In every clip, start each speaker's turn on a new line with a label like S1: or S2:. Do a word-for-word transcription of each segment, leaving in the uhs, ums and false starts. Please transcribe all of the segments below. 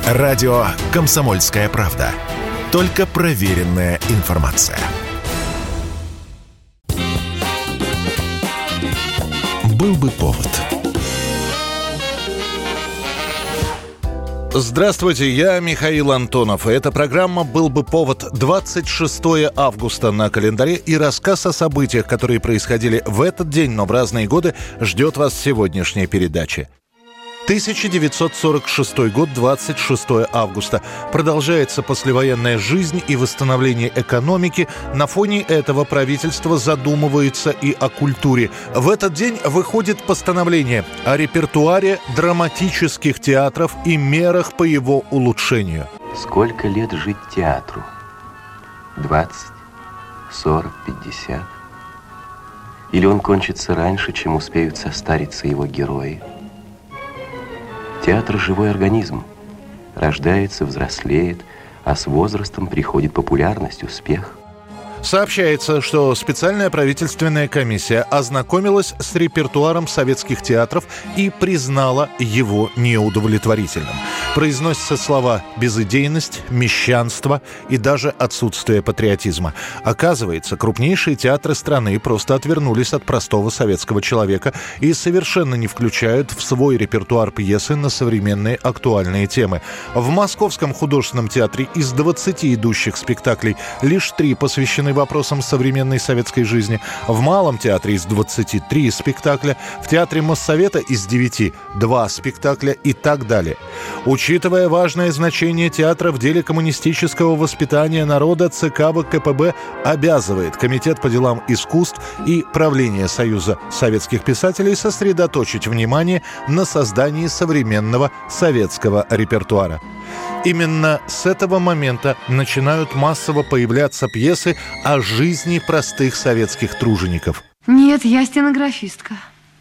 S1: Радио «Комсомольская правда». Только проверенная информация. Был бы повод.
S2: Здравствуйте, я Михаил Антонов. И эта программа «Был бы повод». двадцать шестое августа на календаре, и рассказ о событиях, которые происходили в этот день, но в разные годы, ждет вас в сегодняшней передаче. тысяча девятьсот сорок шестой год, двадцать шестое августа. Продолжается послевоенная жизнь и восстановление экономики. На фоне этого правительство задумывается и о культуре. В этот день выходит постановление о репертуаре драматических театров и мерах по его улучшению.
S3: Сколько лет жить театру? двадцать, сорок, пятьдесят? Или он кончится раньше, чем успеют состариться его герои? Театр – живой организм. Рождается, взрослеет, а с возрастом приходит популярность, успех.
S2: Сообщается, что специальная правительственная комиссия ознакомилась с репертуаром советских театров и признала его неудовлетворительным. Произносятся слова «безыдейность», «мещанство» и даже «отсутствие патриотизма». Оказывается, крупнейшие театры страны просто отвернулись от простого советского человека и совершенно не включают в свой репертуар пьесы на современные актуальные темы. В Московском художественном театре из двадцати идущих спектаклей лишь три посвящены вопросам современной советской жизни. В Малом театре из двадцати три спектакля, в Театре Моссовета из девяти два спектакля и так далее. Учитывая важное значение театра в деле коммунистического воспитания народа, ЦК ВКПБ обязывает Комитет по делам искусств и Правление Союза советских писателей сосредоточить внимание на создании современного советского репертуара. Именно с этого момента начинают массово появляться пьесы о жизни простых советских тружеников.
S4: Нет, я стенографистка.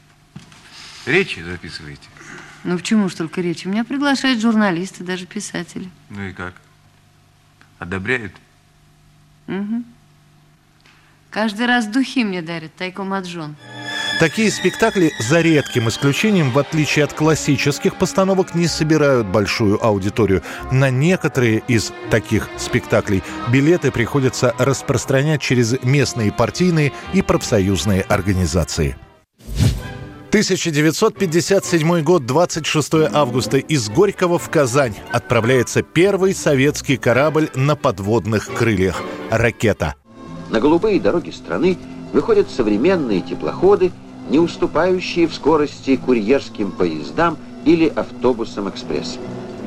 S5: Речи записываете?
S4: Ну почему ж только речи? Меня приглашают журналисты, даже писатели.
S5: Ну и как? Одобряют?
S4: Угу. Каждый раз духи мне дарят, тайком от жен.
S2: Такие спектакли, за редким исключением, в отличие от классических постановок, не собирают большую аудиторию. На некоторые из таких спектаклей билеты приходится распространять через местные партийные и профсоюзные организации. тысяча девятьсот пятьдесят седьмой год, двадцать шестое августа. Из Горького в Казань отправляется первый советский корабль на подводных крыльях – «Ракета».
S6: На голубые дороги страны выходят современные теплоходы, не уступающие в скорости курьерским поездам или автобусам-экспрессам.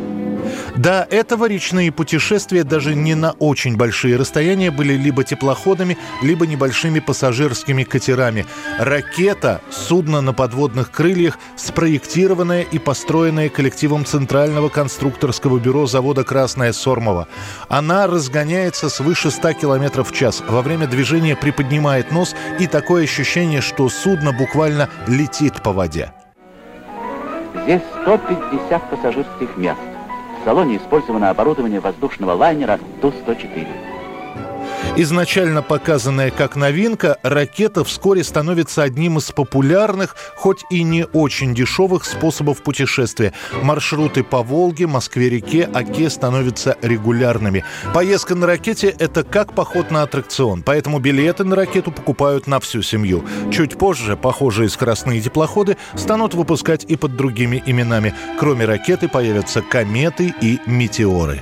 S2: До этого речные путешествия даже не на очень большие расстояния были либо теплоходами, либо небольшими пассажирскими катерами. «Ракета» — судно на подводных крыльях, спроектированное и построенное коллективом Центрального конструкторского бюро завода «Красная Сормова». Она разгоняется свыше ста километров в час. Во время движения приподнимает нос, и такое ощущение, что судно буквально летит по воде.
S7: Здесь сто пятьдесят пассажирских мест. В салоне использовано оборудование воздушного лайнера Ту сто четыре.
S2: Изначально показанная как новинка, «Ракета» вскоре становится одним из популярных, хоть и не очень дешевых способов путешествия. Маршруты по Волге, Москве-реке, Оке становятся регулярными. Поездка на «Ракете» — это как поход на аттракцион, поэтому билеты на «Ракету» покупают на всю семью. Чуть позже похожие скоростные теплоходы станут выпускать и под другими именами. Кроме «Ракеты» появятся «Кометы» и «Метеоры».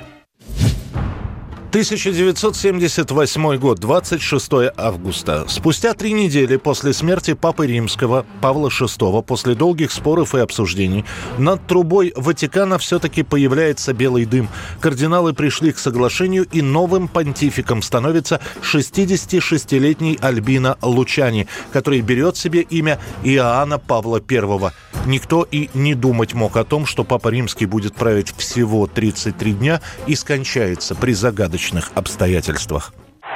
S2: тысяча девятьсот семьдесят восьмой год, двадцать шестое августа. Спустя три недели после смерти Папы Римского Павла шестого, после долгих споров и обсуждений, над трубой Ватикана все-таки появляется белый дым. Кардиналы пришли к соглашению, и новым понтификом становится шестидесятишестилетний Альбино Лучани, который берет себе имя Иоанна Павла первого. Никто и не думать мог о том, что Папа Римский будет править всего тридцать три дня и скончается при загадочном обстоятельствах.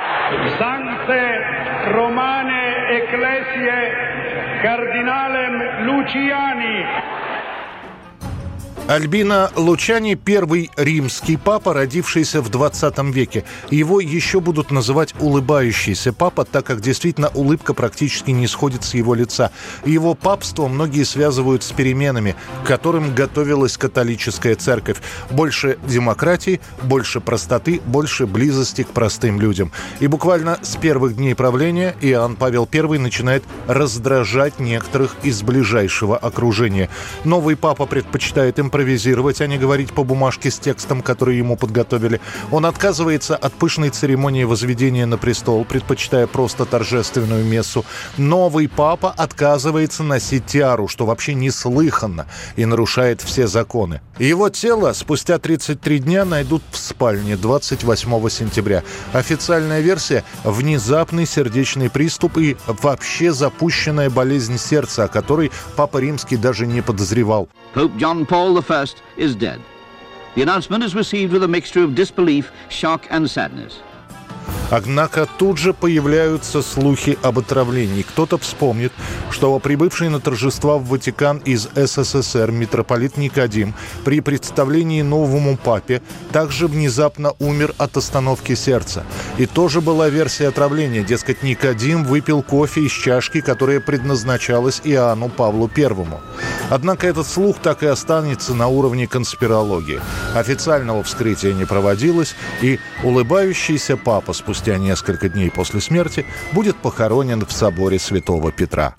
S8: Sancte Romane Ecclesiae Cardinalem Luciani.
S2: Альбино Лучани – первый римский папа, родившийся в двадцатом веке. Его еще будут называть улыбающийся папа, так как действительно улыбка практически не сходит с его лица. Его папство многие связывают с переменами, к которым готовилась католическая церковь. Больше демократии, больше простоты, больше близости к простым людям. И буквально с первых дней правления Иоанн Павел Первый начинает раздражать некоторых из ближайшего окружения. Новый папа предпочитает импровизировать, импровизировать, а не говорить по бумажке с текстом, который ему подготовили. Он отказывается от пышной церемонии возведения на престол, предпочитая просто торжественную мессу. Новый папа отказывается носить тиару, что вообще неслыханно и нарушает все законы. Его тело спустя тридцать три дня найдут в спальне двадцать восьмого сентября. Официальная версия – внезапный сердечный приступ и вообще запущенная болезнь сердца, о которой Папа Римский даже не подозревал.
S9: Pope John Paul the First is dead. The announcement is received with a mixture of disbelief, shock and sadness.
S2: Однако тут же появляются слухи об отравлении. Кто-то вспомнит, что прибывший на торжества в Ватикан из СССР митрополит Никодим при представлении новому папе также внезапно умер от остановки сердца. И тоже была версия отравления. Дескать, Никодим выпил кофе из чашки, которая предназначалась Иоанну Павлу Первому. Однако этот слух так и останется на уровне конспирологии. Официального вскрытия не проводилось, и улыбающийся папа спустя несколько дней после смерти будет похоронен в соборе Святого Петра.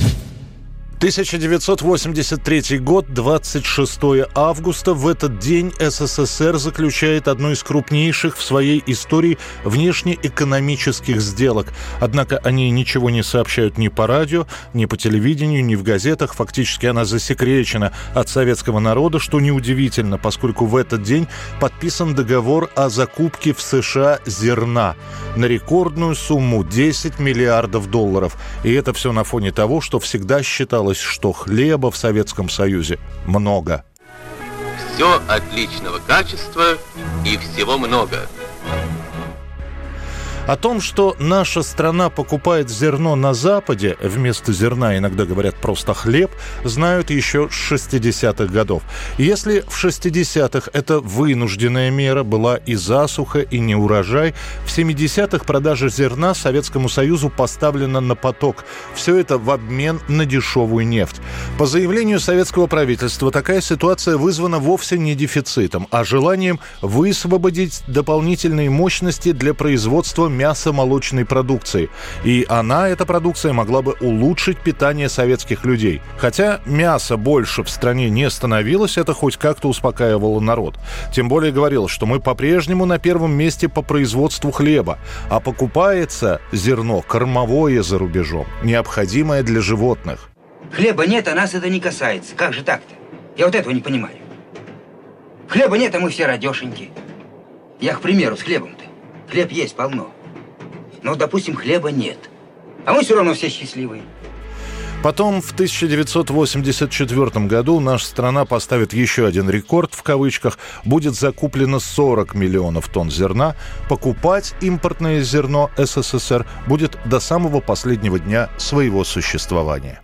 S2: тысяча девятьсот восемьдесят третий год, двадцать шестого августа. В этот день СССР заключает одну из крупнейших в своей истории внешнеэкономических сделок. Однако о ней ничего не сообщают ни по радио, ни по телевидению, ни в газетах. Фактически она засекречена от советского народа, что неудивительно, поскольку в этот день подписан договор о закупке в США зерна на рекордную сумму десять миллиардов долларов. И это все на фоне того, что всегда считалось, что хлеба в Советском Союзе много.
S10: Все отличного качества и всего много.
S2: О том, что наша страна покупает зерно на Западе, вместо зерна иногда говорят просто хлеб, знают еще с шестидесятых годов. Если в шестидесятых это вынужденная мера, была и засуха, и неурожай, в семидесятых продажа зерна Советскому Союзу поставлена на поток. Все это в обмен на дешевую нефть. По заявлению советского правительства, такая ситуация вызвана вовсе не дефицитом, а желанием высвободить дополнительные мощности для производства мясо-молочной продукции. И она, эта продукция, могла бы улучшить питание советских людей. Хотя мяса больше в стране не становилось, это хоть как-то успокаивало народ. Тем более говорилось, что мы по-прежнему на первом месте по производству хлеба, а покупается зерно кормовое за рубежом, необходимое для животных.
S11: Хлеба нет, а нас это не касается. Как же так-то? Я вот этого не понимаю. Хлеба нет, а мы все радешеньки. Я, к примеру, с хлебом-то. Хлеб есть полно. Но, допустим, хлеба нет. А мы все равно все счастливые.
S2: Потом в тысяча девятьсот восемьдесят четвёртом году наша страна поставит еще один рекорд, в кавычках. Будет закуплено сорок миллионов тонн зерна. Покупать импортное зерно СССР будет до самого последнего дня своего существования.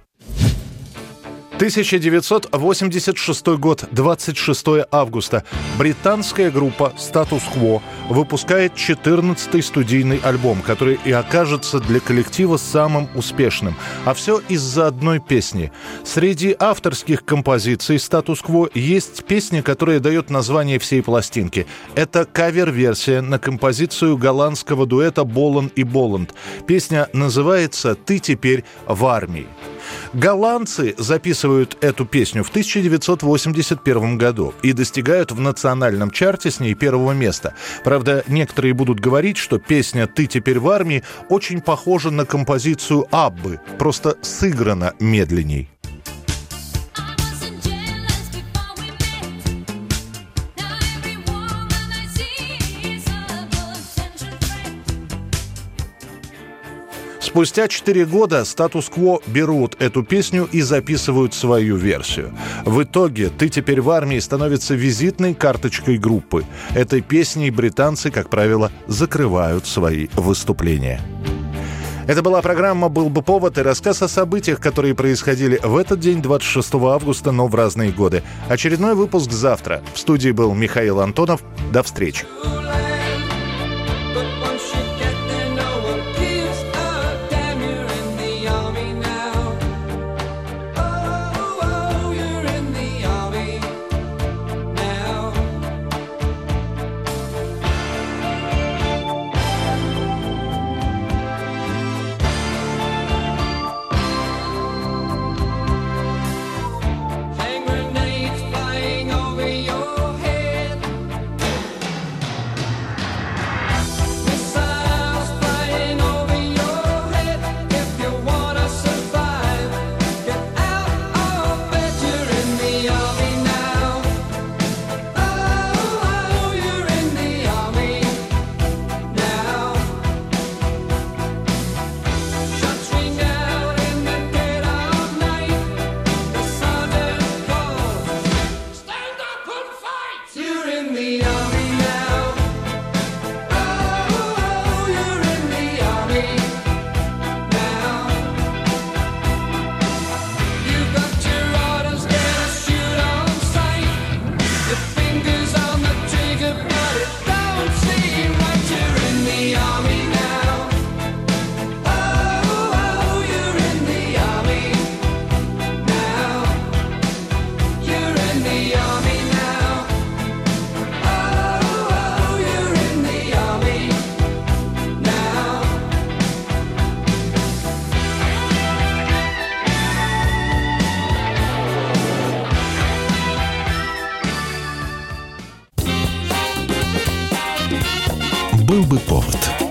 S2: тысяча девятьсот восемьдесят шестой год, двадцать шестого августа. Британская группа «Статус Кво» выпускает четырнадцатый студийный альбом, который и окажется для коллектива самым успешным. А все из-за одной песни. Среди авторских композиций «Статус Кво» есть песня, которая дает название всей пластинки. Это кавер-версия на композицию голландского дуэта «Боланд и Боланд». Песня называется «Ты теперь в армии». Голландцы записывают эту песню в тысяча девятьсот восемьдесят первом году и достигают в национальном чарте с ней первого места. Правда, некоторые будут говорить, что песня «Ты теперь в армии» очень похожа на композицию Аббы, просто сыграна медленней. Спустя четыре года «Статус-кво» берут эту песню и записывают свою версию. В итоге «Ты теперь в армии» становится визитной карточкой группы. Этой песней британцы, как правило, закрывают свои выступления. Это была программа «Был бы повод» и рассказ о событиях, которые происходили в этот день, двадцать шестого августа, но в разные годы. Очередной выпуск завтра. В студии был Михаил Антонов. До встречи.
S1: Был бы повод.